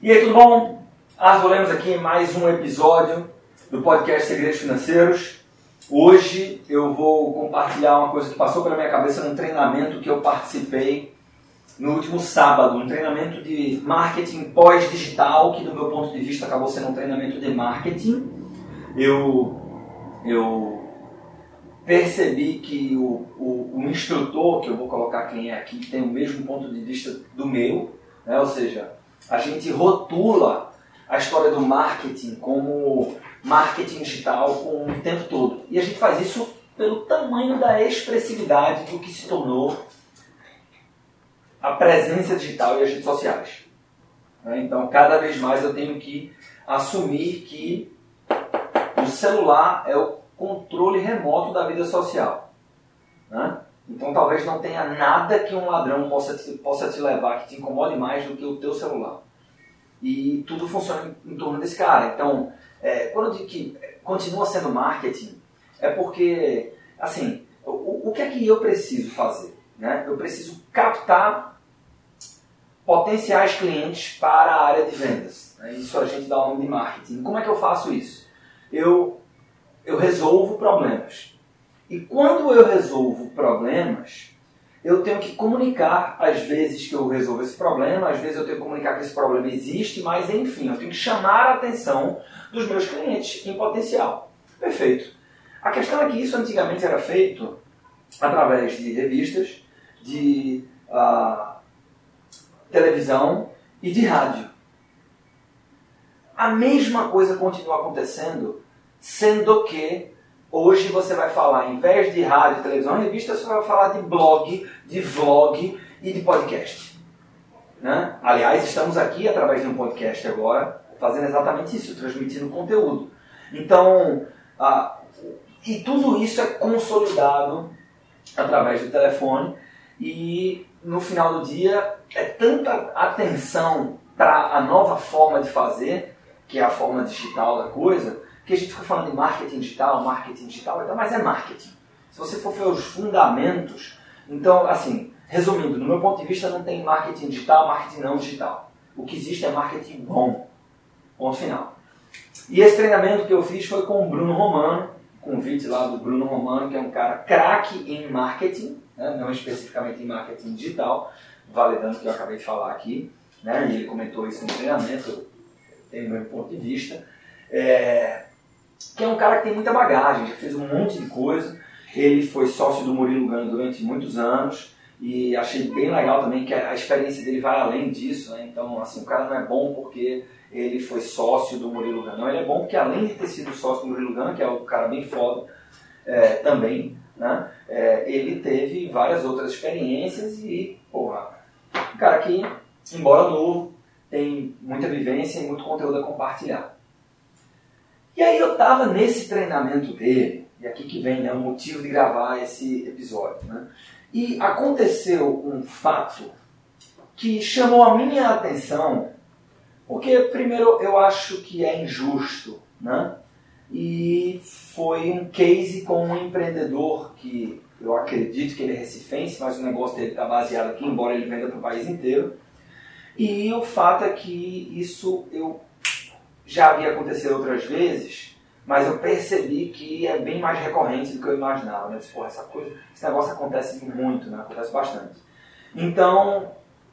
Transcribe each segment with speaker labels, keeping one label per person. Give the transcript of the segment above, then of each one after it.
Speaker 1: E aí, tudo bom? Arthur Lemos aqui em mais um episódio do podcast Segredos Financeiros. Hoje eu vou compartilhar uma coisa que passou pela minha cabeça num treinamento que eu participei no último sábado, um treinamento de marketing pós-digital, que do meu ponto de vista acabou sendo um treinamento de marketing. Eu percebi que o instrutor, que eu vou colocar quem é aqui, tem o mesmo ponto de vista do meu, né? Ou seja, a gente rotula a história do marketing como marketing digital o tempo todo. E a gente faz isso pelo tamanho da expressividade do que se tornou a presença digital e as redes sociais. Então, cada vez mais eu tenho que assumir que o celular é o controle remoto da vida social. Então, talvez não tenha nada que um ladrão possa te levar, que te incomode mais do que o teu celular. E tudo funciona em torno desse cara. Então, quando eu digo que continua sendo marketing, é porque, assim, o que é que eu preciso fazer? Né? Eu preciso captar potenciais clientes para a área de vendas. Isso a gente dá o nome de marketing. Como é que eu faço isso? Eu resolvo problemas. E quando eu resolvo problemas, eu tenho que comunicar, às vezes, que eu resolvo esse problema, às vezes eu tenho que comunicar que esse problema existe, mas, enfim, eu tenho que chamar a atenção dos meus clientes em potencial. Perfeito. A questão é que isso antigamente era feito através de revistas, de televisão e de rádio. A mesma coisa continua acontecendo, sendo que hoje você vai falar, em vez de rádio, televisão e revista, você vai falar de blog, de vlog e de podcast. Né? Aliás, estamos aqui através de um podcast agora, fazendo exatamente isso, transmitindo conteúdo. Então, e tudo isso é consolidado através do telefone e no final do dia é tanta atenção para a nova forma de fazer, que é a forma digital da coisa, que a gente fica falando de marketing digital, então, mas é marketing. Se você for ver os fundamentos, então, assim, resumindo, no meu ponto de vista não tem marketing digital, marketing não digital. O que existe é marketing bom. Ponto final. E esse treinamento que eu fiz foi com o Bruno Romano, convite lá do Bruno Romano, que é um cara craque em marketing, né? Não especificamente em marketing digital, validando o que eu acabei de falar aqui, né? E ele comentou isso no treinamento, tem o meu ponto de vista. Que é um cara que tem muita bagagem, já fez um monte de coisa. Ele foi sócio do Murilo Gun durante muitos anos e achei bem legal também que a experiência dele vai além disso, né? Então, assim, o cara não é bom porque ele foi sócio do Murilo Gun, não, ele é bom porque além de ter sido sócio do Murilo Gun, que é um cara bem foda também, né? Ele teve várias outras experiências e, porra, um cara que, embora novo, tem muita vivência e muito conteúdo a compartilhar. E aí eu estava nesse treinamento dele, e aqui que vem, né, o motivo de gravar esse episódio, né? E aconteceu um fato que chamou a minha atenção, porque primeiro eu acho que é injusto, né? E foi um case com um empreendedor que eu acredito que ele é recifense, mas o negócio dele está baseado aqui, embora ele venda para o país inteiro. E o fato é que isso eu já havia acontecido outras vezes, mas eu percebi que é bem mais recorrente do que eu imaginava. Né? Porra, esse negócio acontece muito, né? Acontece bastante. Então,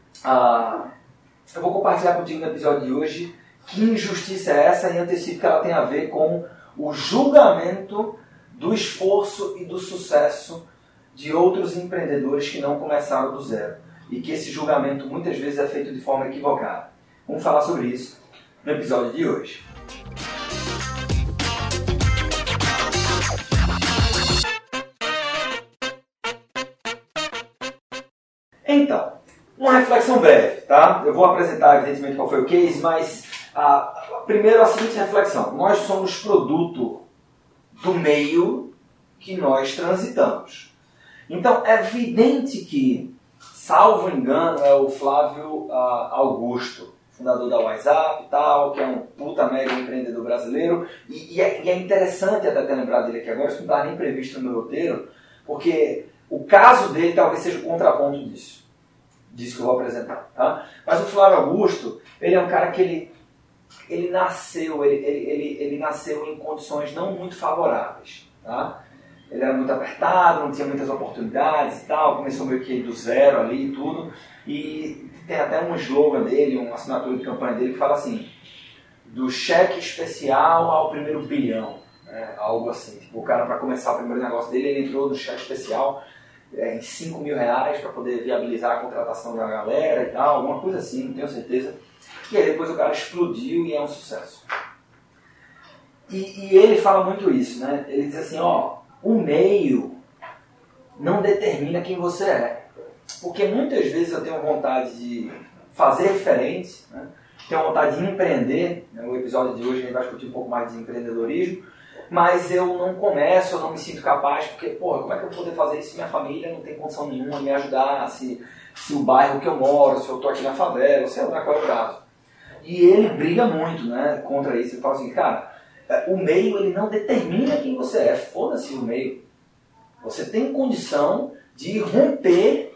Speaker 1: eu vou compartilhar contigo no episódio de hoje que injustiça é essa e antecipo que ela tem a ver com o julgamento do esforço e do sucesso de outros empreendedores que não começaram do zero. E que esse julgamento muitas vezes é feito de forma equivocada. Vamos falar sobre isso no episódio de hoje. Então, uma reflexão breve, tá? Eu vou apresentar evidentemente qual foi o case, mas primeiro a seguinte reflexão. Nós somos produto do meio que nós transitamos. Então, é evidente que, salvo engano, é o Flávio Augusto, fundador da WhatsApp e tal, que é um puta mega empreendedor brasileiro. E é interessante até ter lembrado dele aqui agora, isso não estava nem previsto no meu roteiro, porque o caso dele talvez seja o contraponto disso. disso que eu vou apresentar. Tá? Mas o Flávio Augusto, ele é um cara que ele nasceu em condições não muito favoráveis. Tá? Ele era muito apertado, não tinha muitas oportunidades e tal, começou meio que do zero ali e tudo. E tem até um slogan dele, uma assinatura de campanha dele que fala assim, do cheque especial ao primeiro bilhão. Algo assim. Tipo, o cara, para começar o primeiro negócio dele, ele entrou no cheque especial em R$5.000 para poder viabilizar a contratação da galera e tal, alguma coisa assim, não tenho certeza. E aí depois o cara explodiu e é um sucesso. E ele fala muito isso, né? Ele diz assim, o meio não determina quem você é. Porque muitas vezes eu tenho vontade de fazer diferente, né? Tenho vontade de empreender. No episódio de hoje a gente vai discutir um pouco mais de empreendedorismo, mas eu não começo, eu não me sinto capaz, porque, como é que eu vou poder fazer isso se minha família não tem condição nenhuma de me ajudar, se o bairro que eu moro, se eu estou aqui na favela, sei lá qual é o caso. E ele briga muito, né, contra isso. Ele fala assim, cara, o meio ele não determina quem você é, foda-se o meio. Você tem condição de romper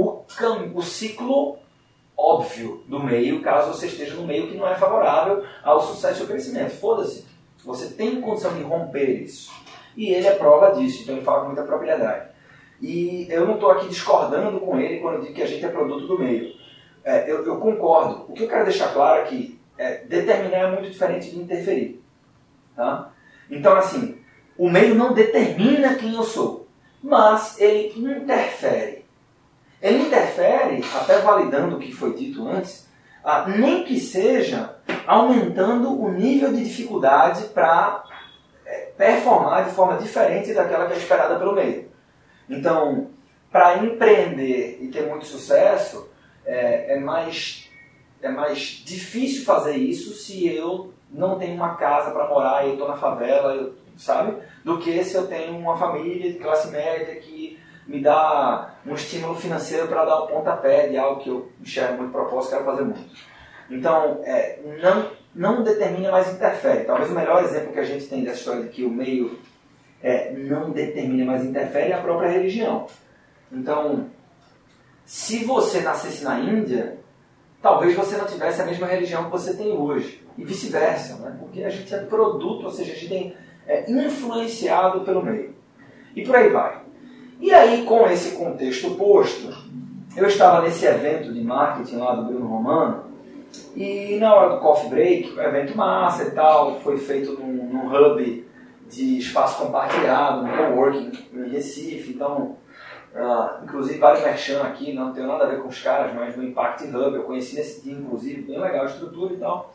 Speaker 1: o ciclo óbvio do meio, caso você esteja no meio que não é favorável ao sucesso e ao crescimento. Foda-se. Você tem condição de romper isso. E ele é prova disso, então ele fala com muita propriedade. E eu não estou aqui discordando com ele quando eu digo que a gente é produto do meio. Eu concordo. O que eu quero deixar claro é que determinar é muito diferente de interferir. Tá? Então, assim, o meio não determina quem eu sou, mas ele interfere. Ele interfere, até validando o que foi dito antes, nem que seja aumentando o nível de dificuldade para performar de forma diferente daquela que é esperada pelo meio. Então, para empreender e ter muito sucesso, é mais difícil fazer isso se eu não tenho uma casa para morar e eu estou na favela, sabe? Do que se eu tenho uma família de classe média que me dá um estímulo financeiro para dar o pontapé de algo que eu enxergo muito propósito e quero fazer muito. Então, não determina, mas interfere. Talvez o melhor exemplo que a gente tem dessa história de que o meio não determina, mas interfere é a própria religião. Então, se você nascesse na Índia, talvez você não tivesse a mesma religião que você tem hoje. E vice-versa, né? Porque a gente é produto, ou seja, a gente é influenciado pelo meio. E por aí vai. E aí, com esse contexto posto, eu estava nesse evento de marketing lá do Bruno Romano, e na hora do coffee break, um evento massa e tal, foi feito num hub de espaço compartilhado, no coworking em Recife, então, inclusive vale merchan aqui, não tem nada a ver com os caras, mas no Impact Hub, eu conheci nesse dia, inclusive, bem legal a estrutura e tal.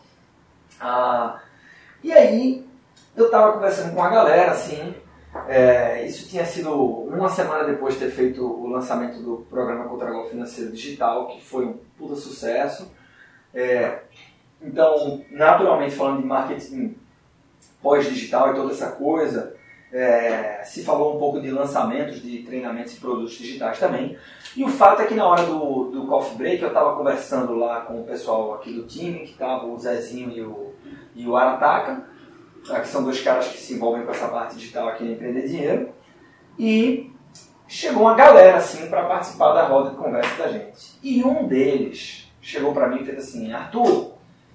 Speaker 1: E aí, eu estava conversando com a galera, assim, isso tinha sido uma semana depois de ter feito o lançamento do programa Contragolpe Financeiro Digital, que foi um puta sucesso. Então, naturalmente, falando de marketing pós-digital e toda essa coisa, se falou um pouco de lançamentos de treinamentos e produtos digitais também. E o fato é que na hora do coffee break eu estava conversando lá com o pessoal aqui do time, que estava o Zezinho e o Arataca, que são dois caras que se envolvem com essa parte digital aqui no Empreender Dinheiro. E chegou uma galera assim para participar da roda de conversa da gente. E um deles chegou para mim e fez assim: Arthur,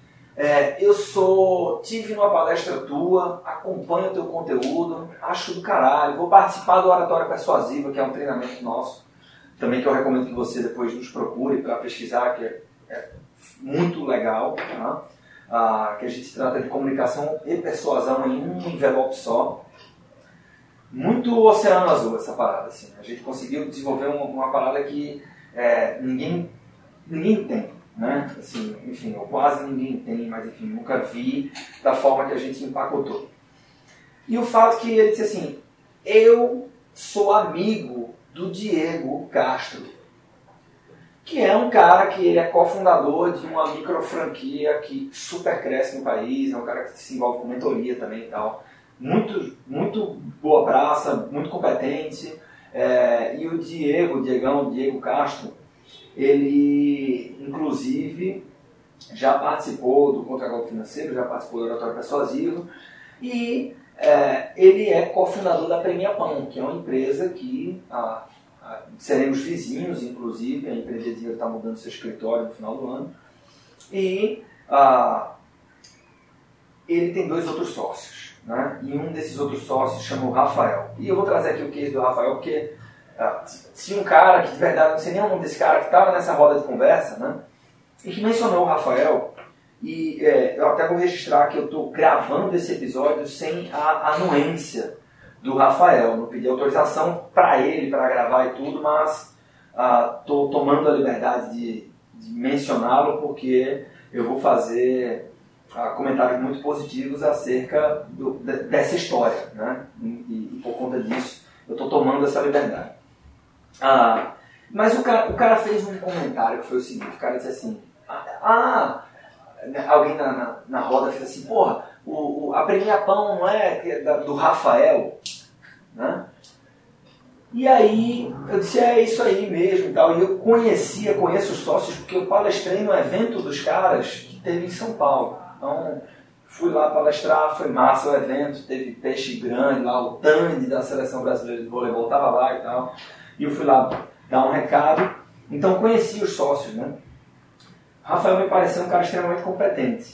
Speaker 1: eu tive numa palestra tua, acompanho o teu conteúdo, acho do caralho, vou participar do Oratória Persuasiva, que é um treinamento nosso, também que eu recomendo que você depois nos procure para pesquisar, que é muito legal, tá? Que a gente trata de comunicação e persuasão em um envelope só. Muito oceano azul essa parada, assim. A gente conseguiu desenvolver uma parada que ninguém tem, né? Assim, enfim, ou quase ninguém tem, mas enfim, nunca vi da forma que a gente empacotou. E o fato que ele disse assim: eu sou amigo do Diego Castro, que é um cara que ele é cofundador de uma micro franquia que super cresce no país, é um cara que se envolve com mentoria também e tal. Muito, muito boa praça, muito competente. E o Diego Castro, ele inclusive já participou do Contragolpe Financeiro, já participou do Oratório Persuasivo e ele é cofundador da Premia Pão, que é uma empresa que seremos vizinhos, inclusive, a Empreender Dinheiro está mudando seu escritório no final do ano. E ele tem 2 outros sócios, né? E um desses outros sócios chama o Rafael. E eu vou trazer aqui o case do Rafael, porque tinha um cara que, de verdade, não sei nem o nome desse cara, que estava nessa roda de conversa, né? E que mencionou o Rafael. E eu até vou registrar que eu estou gravando esse episódio sem a anuência do Rafael. Não pedi autorização para ele, para gravar e tudo, mas estou tomando a liberdade de mencioná-lo, porque eu vou fazer comentários muito positivos acerca dessa história, né? E por conta disso eu estou tomando essa liberdade. Mas o cara fez um comentário que foi o seguinte: o cara disse assim, alguém na roda fez assim, porra, a Premier Pão não é do Rafael, né? E aí eu disse, é isso aí mesmo e tal. E eu conheço os sócios, porque eu palestrei no evento dos caras que teve em São Paulo. Então fui lá palestrar, foi massa o evento, teve peixe grande lá, o Tandy da Seleção Brasileira de Voleibol estava lá e tal. E eu fui lá dar um recado, então conheci os sócios, né? Rafael me pareceu um cara extremamente competente.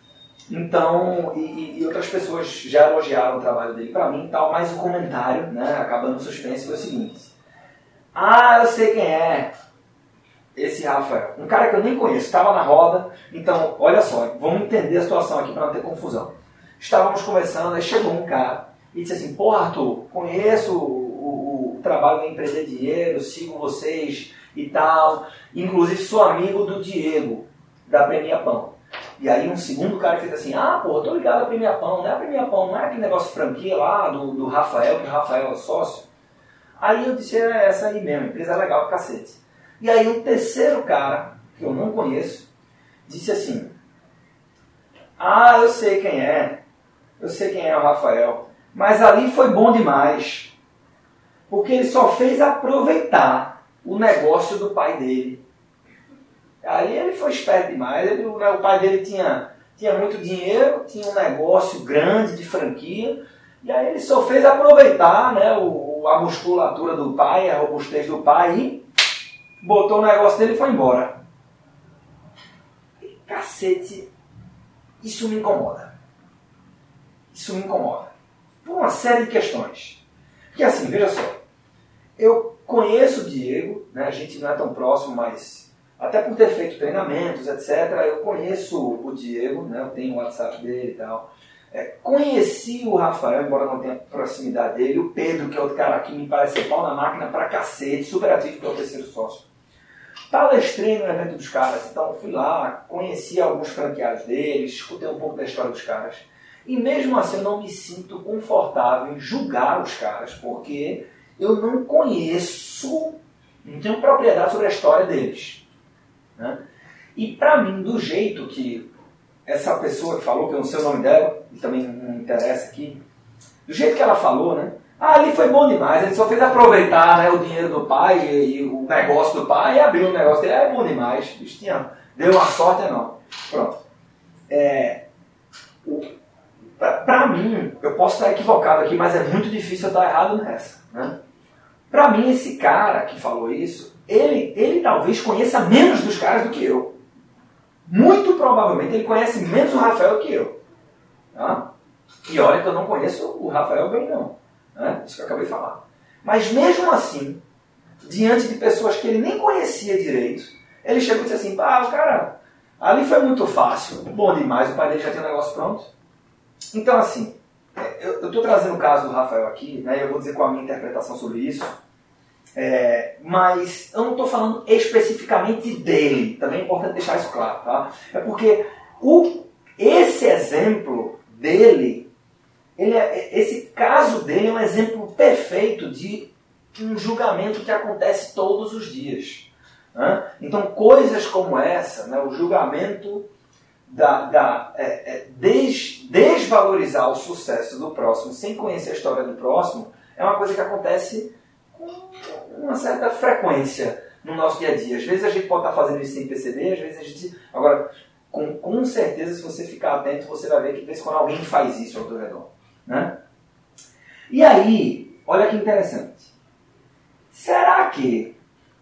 Speaker 1: Então, e outras pessoas já elogiaram o trabalho dele para mim e tal, mas o comentário, né, acabando o suspense, foi o seguinte: eu sei quem é esse Rafael. Um cara que eu nem conheço, estava na roda. Então, olha só, vamos entender a situação aqui para não ter confusão. Estávamos conversando, aí chegou um cara e disse assim, pô, Arthur, conheço o trabalho da Empreender Dinheiro, sigo vocês e tal, inclusive sou amigo do Diego, da Premier Pão. E aí um segundo cara fez assim, pô, tô ligado à Premier Pão, né? A Premier Pão não é aquele negócio de franquia lá do Rafael, que o Rafael é sócio? Aí eu disse, é essa aí mesmo, empresa legal pra cacete. E aí um terceiro cara, que eu não conheço, disse assim, eu sei quem é o Rafael, mas ali foi bom demais, porque ele só fez aproveitar o negócio do pai dele. Aí ele foi esperto demais, o pai dele tinha muito dinheiro, tinha um negócio grande de franquia, e aí ele só fez aproveitar, né, a musculatura do pai, a robustez do pai, e botou o negócio dele e foi embora. E, cacete, isso me incomoda. Isso me incomoda. Por uma série de questões. Porque assim, veja só, eu conheço o Diego, né, a gente não é tão próximo, mas até por ter feito treinamentos, etc., eu conheço o Diego, né, eu tenho o WhatsApp dele e tal. Conheci o Rafael, embora não tenha proximidade dele, o Pedro, que é outro cara que me parece pau na máquina pra cacete, super ativo, que é o terceiro sócio. Palestrei no evento dos caras, então fui lá, conheci alguns franqueados deles, escutei um pouco da história dos caras. E mesmo assim eu não me sinto confortável em julgar os caras, porque eu não conheço, não tenho propriedade sobre a história deles, né? E pra mim, do jeito que essa pessoa que falou, que eu não sei o nome dela, e também não interessa aqui, do jeito que ela falou, né? Ali foi bom demais, ele só fez aproveitar, né, o dinheiro do pai e o negócio do pai e abriu o negócio dele, é bom demais, deu uma sorte enorme. Pronto. Pra mim, eu posso estar equivocado aqui, mas é muito difícil eu estar errado nessa, né? Pra mim, esse cara que falou isso, ele talvez conheça menos dos caras do que eu. Muito provavelmente ele conhece menos o Rafael que eu. Tá? E olha que eu não conheço o Rafael bem não. Né? Isso que eu acabei de falar. Mas mesmo assim, diante de pessoas que ele nem conhecia direito, ele chegou e disse assim, o cara, ali foi muito fácil, bom demais, o pai dele já tinha o negócio pronto. Então assim, eu estou trazendo o caso do Rafael aqui, né? Eu vou dizer qual a minha interpretação sobre isso. Mas eu não estou falando especificamente dele, também é importante deixar isso claro, tá? É porque esse exemplo dele, esse caso dele é um exemplo perfeito de um julgamento que acontece todos os dias, né? Então coisas como essa, né, o julgamento desvalorizar o sucesso do próximo sem conhecer a história do próximo é uma coisa que acontece com uma certa frequência no nosso dia a dia. Às vezes a gente pode estar fazendo isso sem perceber, às vezes a gente... Agora, com certeza, se você ficar atento, você vai ver que de vez em quando alguém faz isso ao teu redor, né? E aí, olha que interessante. será que,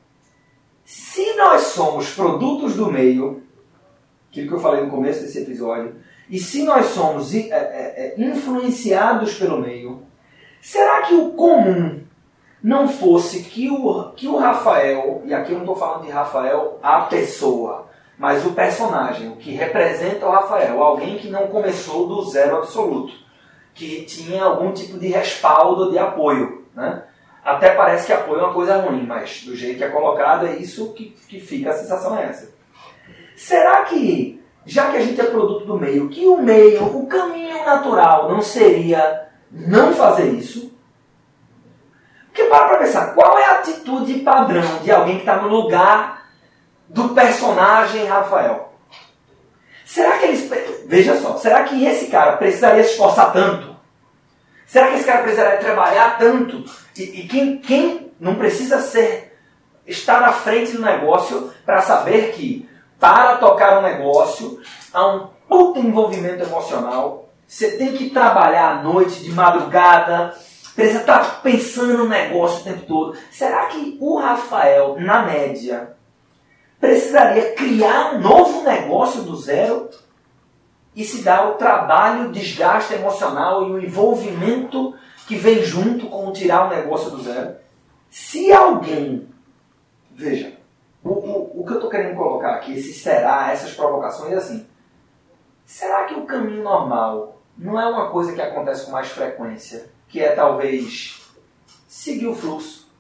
Speaker 1: se nós somos produtos do meio, aquilo que eu falei no começo desse episódio, e se nós somos influenciados pelo meio, será que o comum não fosse que o Rafael, e aqui eu não estou falando de Rafael a pessoa, mas o personagem, o que representa o Rafael, alguém que não começou do zero absoluto, que tinha algum tipo de respaldo, de apoio, né? Até parece que apoio é uma coisa ruim, mas do jeito que é colocado é isso que fica, a sensação é essa. Será que, já que a gente é produto do meio, que o meio, o caminho natural não seria não fazer isso? Porque para pensar, qual é a atitude padrão de alguém que está no lugar do personagem Rafael? Será que eles... Veja só, será que esse cara precisaria se esforçar tanto? Será que esse cara precisaria trabalhar tanto? E quem não precisa estar à frente do negócio para saber que para tocar um negócio há um puto envolvimento emocional. Você tem que trabalhar à noite, de madrugada, precisa estar pensando no negócio o tempo todo. Será que o Rafael, na média, precisaria criar um novo negócio do zero e se dar o trabalho, o desgaste emocional e o envolvimento que vem junto com tirar o negócio do zero? Se alguém... Veja, o que eu estou querendo colocar aqui, essas provocações, é assim. Será que o caminho normal não é uma coisa que acontece com mais frequência, que é talvez seguir o fluxo?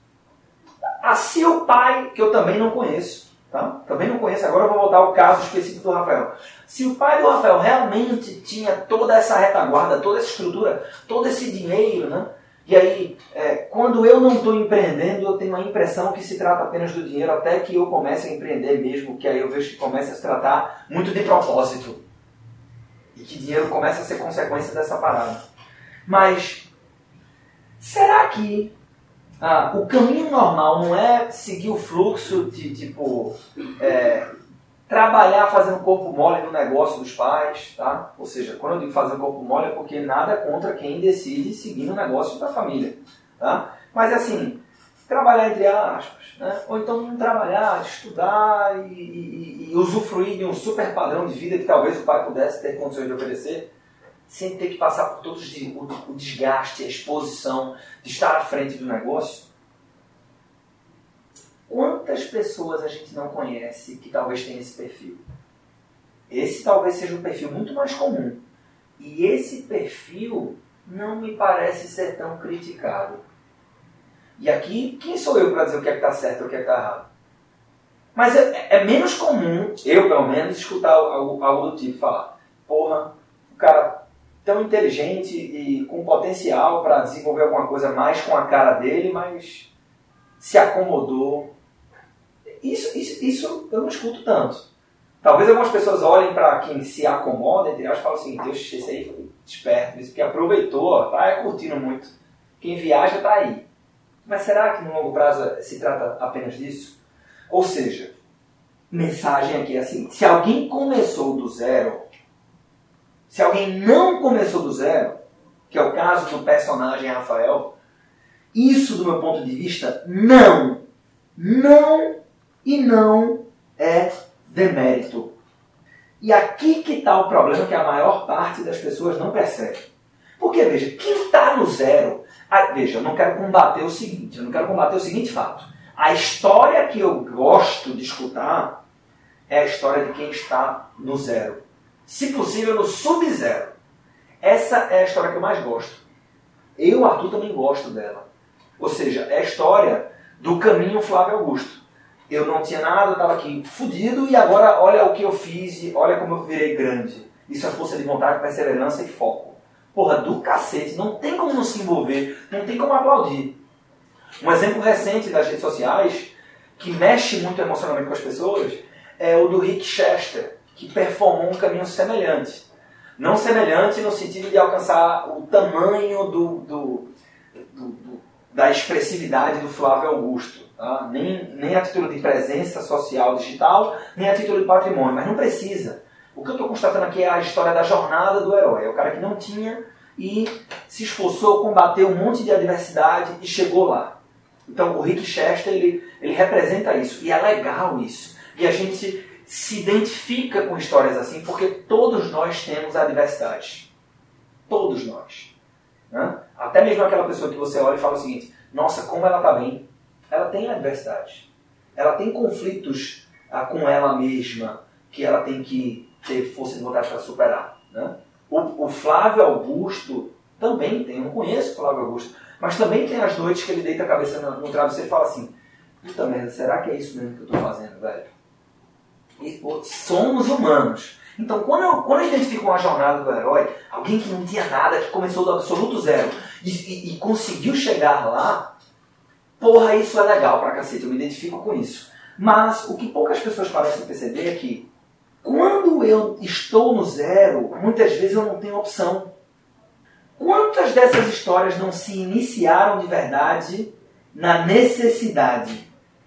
Speaker 1: Se o pai, que eu também não conheço, tá? Também não conheço, agora eu vou voltar ao caso específico do Rafael. Se o pai do Rafael realmente tinha toda essa retaguarda, toda essa estrutura, todo esse dinheiro, né? E aí, quando eu não estou empreendendo, eu tenho a impressão que se trata apenas do dinheiro, até que eu comece a empreender mesmo, que aí eu vejo que começa a se tratar muito de propósito. E que dinheiro começa a ser consequência dessa parada. Mas, será que o caminho normal não é seguir o fluxo de, tipo, trabalhar fazendo corpo mole no negócio dos pais, tá? Ou seja, quando eu digo fazendo corpo mole é porque nada contra quem decide seguir no negócio da família, tá? Mas assim, trabalhar entre aspas, né? Ou então não trabalhar, estudar e usufruir de um super padrão de vida que talvez o pai pudesse ter condições de oferecer, sem ter que passar por todo o desgaste, a exposição de estar à frente do negócio. Quantas pessoas a gente não conhece que talvez tenha esse perfil? Esse talvez seja um perfil muito mais comum. E esse perfil não me parece ser tão criticado. E aqui, quem sou eu para dizer o que é que está certo e o que é que está errado? Mas é menos comum, eu pelo menos, escutar algo do tipo, falar: porra, o cara tão inteligente e com potencial para desenvolver alguma coisa mais com a cara dele, mas se acomodou. Isso eu não escuto tanto. Talvez algumas pessoas olhem para quem se acomoda e falam assim: Deus, esse aí foi esperto, isso porque aproveitou, tá curtindo muito. Quem viaja está aí. Mas será que no longo prazo se trata apenas disso? Ou seja, mensagem aqui é assim: se alguém começou do zero, se alguém não começou do zero, que é o caso do personagem Rafael, isso, do meu ponto de vista, não é demérito. E aqui que está o problema que a maior parte das pessoas não percebe. Porque, veja, quem está no zero... Veja, eu não quero combater o seguinte fato. A história que eu gosto de escutar é a história de quem está no zero. Se possível, no sub-zero. Essa é a história que eu mais gosto. Eu, Arthur, também gosto dela. Ou seja, é a história do caminho Flávio Augusto. Eu não tinha nada, eu estava aqui fudido e agora olha o que eu fiz e olha como eu virei grande. Isso é força de vontade, perseverança e foco. Porra, do cacete, não tem como não se envolver, não tem como aplaudir. Um exemplo recente das redes sociais, que mexe muito emocionalmente com as pessoas, é o do Rick Chester, que performou um caminho semelhante. Não semelhante no sentido de alcançar o tamanho da expressividade do Flávio Augusto. Tá? Nem a título de presença social digital, nem a título de patrimônio, mas não precisa. O que eu estou constatando aqui é a história da jornada do herói. É o cara que não tinha e se esforçou, combateu um monte de adversidade e chegou lá. Então o Rick Chester, ele representa isso. E é legal isso. E a gente se identifica com histórias assim, porque todos nós temos adversidades. Todos nós. Né? Até mesmo aquela pessoa que você olha e fala o seguinte, nossa, como ela está bem. Ela tem adversidades. Ela tem conflitos com ela mesma, que ela tem que ter força de vontade para superar. Né? O Flávio Augusto também tem, eu não conheço o Flávio Augusto, mas também tem as noites que ele deita a cabeça no travesseiro e fala assim, puta merda, será que é isso mesmo que eu estou fazendo, velho? E, somos humanos. Então, quando eu identifico uma jornada do herói, alguém que não tinha nada, que começou do absoluto zero e conseguiu chegar lá, porra, isso é legal pra cacete, eu me identifico com isso. Mas o que poucas pessoas parecem perceber é que quando eu estou no zero, muitas vezes eu não tenho opção. Quantas dessas histórias não se iniciaram de verdade na necessidade?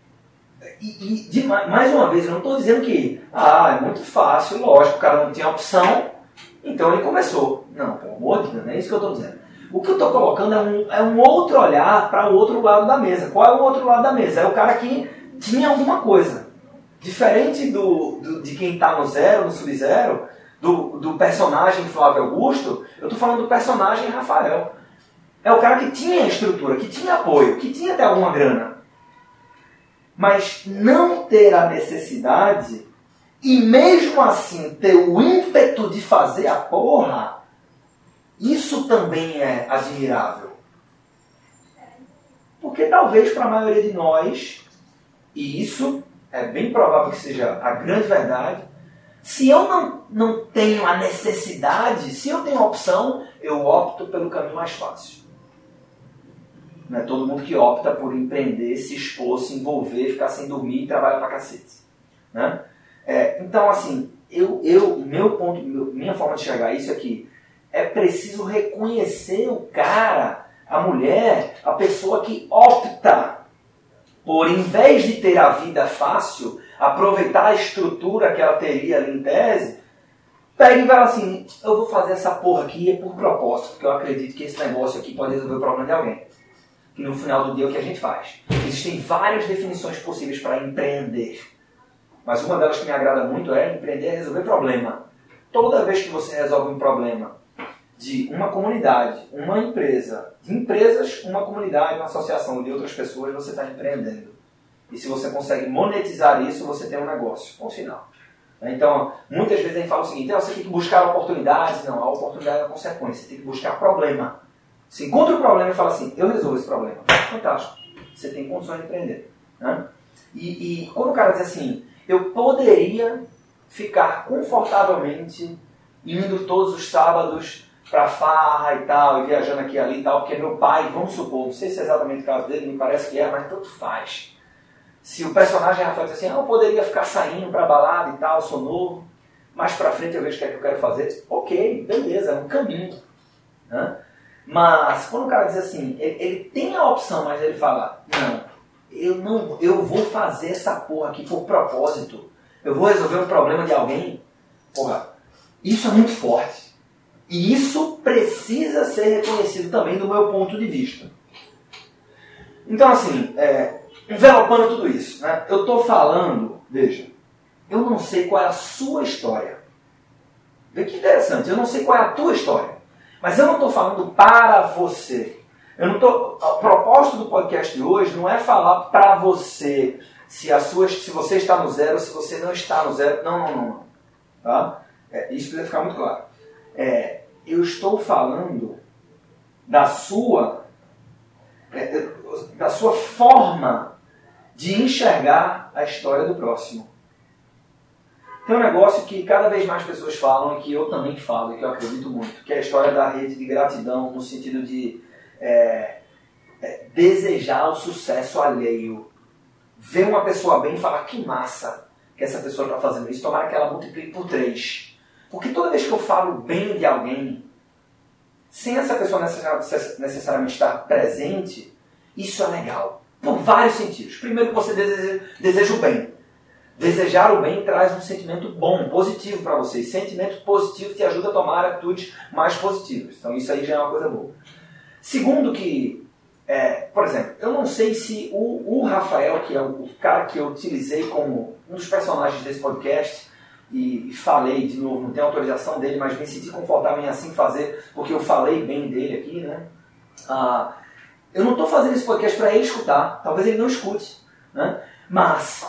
Speaker 1: Mais uma vez, eu não estou dizendo que é muito fácil, lógico, o cara não tinha opção, então ele começou. Não, pelo amor de Deus, não é isso que eu estou dizendo. O que eu estou colocando é um outro olhar para o outro lado da mesa. Qual é o outro lado da mesa? É o cara que tinha alguma coisa. Diferente de quem está no zero, no sub-zero, do personagem Flávio Augusto, eu estou falando do personagem Rafael. É o cara que tinha estrutura, que tinha apoio, que tinha até alguma grana. Mas não ter a necessidade e mesmo assim ter o ímpeto de fazer a porra, isso também é admirável. Porque talvez para a maioria de nós, e isso é bem provável que seja a grande verdade, se eu não tenho a necessidade, se eu tenho a opção, eu opto pelo caminho mais fácil. Não é todo mundo que opta por empreender, se expor, se envolver, ficar sem dormir e trabalhar pra cacete. Né? Então, assim, minha forma de chegar a isso é que é preciso reconhecer o cara, a mulher, a pessoa que opta por, em vez de ter a vida fácil, aproveitar a estrutura que ela teria ali em tese, pega e vai assim, eu vou fazer essa porra aqui por propósito, porque eu acredito que esse negócio aqui pode resolver o problema de alguém. Que no final do dia é o que a gente faz. Existem várias definições possíveis para empreender. Mas uma delas que me agrada muito é empreender é resolver problema. Toda vez que você resolve um problema de uma comunidade, uma empresa, de empresas, uma comunidade, uma associação de outras pessoas, você está empreendendo. E se você consegue monetizar isso, você tem um negócio. Ponto final. Então, muitas vezes a gente fala o seguinte, você tem que buscar oportunidades. Não, a oportunidade é a consequência. Você tem que buscar problema. Você encontra o problema e fala assim, eu resolvo esse problema. Fantástico. Você tem condições de empreender. Né? E quando o cara diz assim, eu poderia ficar confortavelmente indo todos os sábados para farra e tal, e viajando aqui e ali e tal, porque meu pai, vamos supor, não sei se é exatamente o caso dele, me parece que é, mas tanto faz. Se o personagem Rafael diz assim, eu poderia ficar saindo para balada e tal, sou novo, mais para frente eu vejo o que é que eu quero fazer, ok, beleza, é um caminho. Né? Mas quando o cara diz assim, ele tem a opção, mas ele fala, eu vou fazer essa porra aqui por propósito, eu vou resolver um problema de alguém, porra, isso é muito forte. E isso precisa ser reconhecido também do meu ponto de vista. Então assim, envelopando tudo isso, né? Eu estou falando, veja, eu não sei qual é a sua história. Vê que interessante, eu não sei qual é a tua história. Mas eu não estou falando para você. O propósito do podcast de hoje não é falar para você se você está no zero, se você não está no zero. Não. Tá? Isso precisa ficar muito claro. Eu estou falando da sua forma de enxergar a história do próximo. Tem um negócio que cada vez mais pessoas falam e que eu também falo, e que eu acredito muito, que é a história da rede de gratidão, no sentido de desejar o sucesso alheio. Ver uma pessoa bem e falar, que massa que essa pessoa está fazendo isso, tomara que ela multiplique por 3. Porque toda vez que eu falo bem de alguém, sem essa pessoa necessariamente estar presente, isso é legal. Por vários sentidos. Primeiro que você deseja o bem. Desejar o bem traz um sentimento bom, positivo para você. E sentimento positivo te ajuda a tomar atitudes mais positivas. Então isso aí já é uma coisa boa. Segundo que por exemplo, eu não sei se o Rafael, que é o cara que eu utilizei como um dos personagens desse podcast, e falei de novo, não tenho autorização dele, mas me senti confortável em assim fazer, porque eu falei bem dele aqui, né? Eu não estou fazendo esse podcast para ele escutar, talvez ele não escute, né? Mas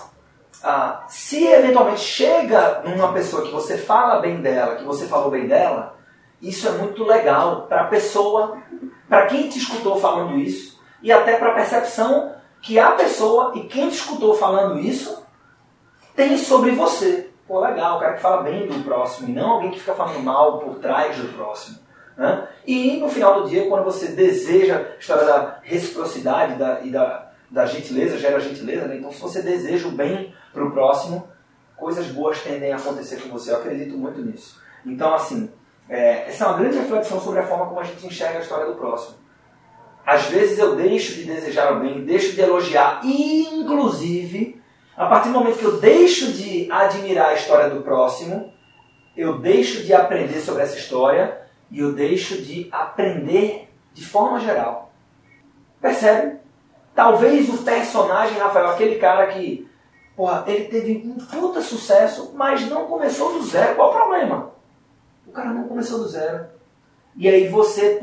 Speaker 1: se eventualmente chega numa pessoa que você fala bem dela, que você falou bem dela, isso é muito legal para a pessoa, para quem te escutou falando isso, e até para a percepção que a pessoa e quem te escutou falando isso tem sobre você. Pô, legal, o cara que fala bem do próximo, e não alguém que fica falando mal por trás do próximo. Né? E no final do dia, quando você deseja a história da reciprocidade e da gentileza, gera gentileza, né? Então se você deseja o bem para o próximo, coisas boas tendem a acontecer com você. Eu acredito muito nisso. Então, assim, essa é uma grande reflexão sobre a forma como a gente enxerga a história do próximo. Às vezes eu deixo de desejar o bem, deixo de elogiar, e inclusive, a partir do momento que eu deixo de admirar a história do próximo, eu deixo de aprender sobre essa história e eu deixo de aprender de forma geral. Percebe? Talvez o personagem Rafael, aquele cara que, ele teve um puta sucesso, mas não começou do zero. Qual o problema? O cara não começou do zero. E aí você,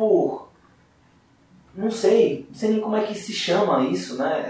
Speaker 1: não sei nem como é que se chama isso, né?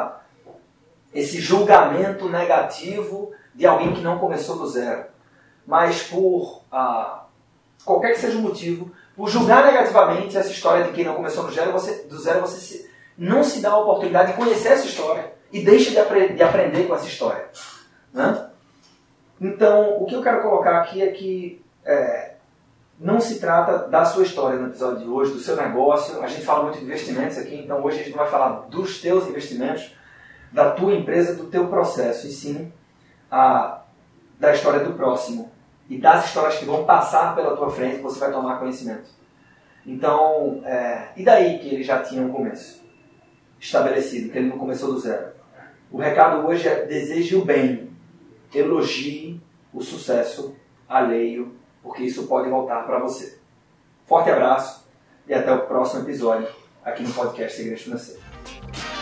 Speaker 1: Esse julgamento negativo de alguém que não começou do zero. Mas por qualquer que seja o motivo, por julgar negativamente essa história de quem não começou do zero, você não se dá a oportunidade de conhecer essa história e deixa de aprender com essa história. Né? Então, o que eu quero colocar aqui é que não se trata da sua história no episódio de hoje, do seu negócio. A gente fala muito de investimentos aqui, então hoje a gente não vai falar dos teus investimentos, da tua empresa, do teu processo, e sim da história do próximo e das histórias que vão passar pela tua frente, que você vai tomar conhecimento. Então, e daí que ele já tinha um começo estabelecido, que ele não começou do zero? O recado hoje é: deseje o bem, elogie o sucesso alheio, porque isso pode voltar para você. Forte abraço e até o próximo episódio aqui no podcast Segredos Financeiros.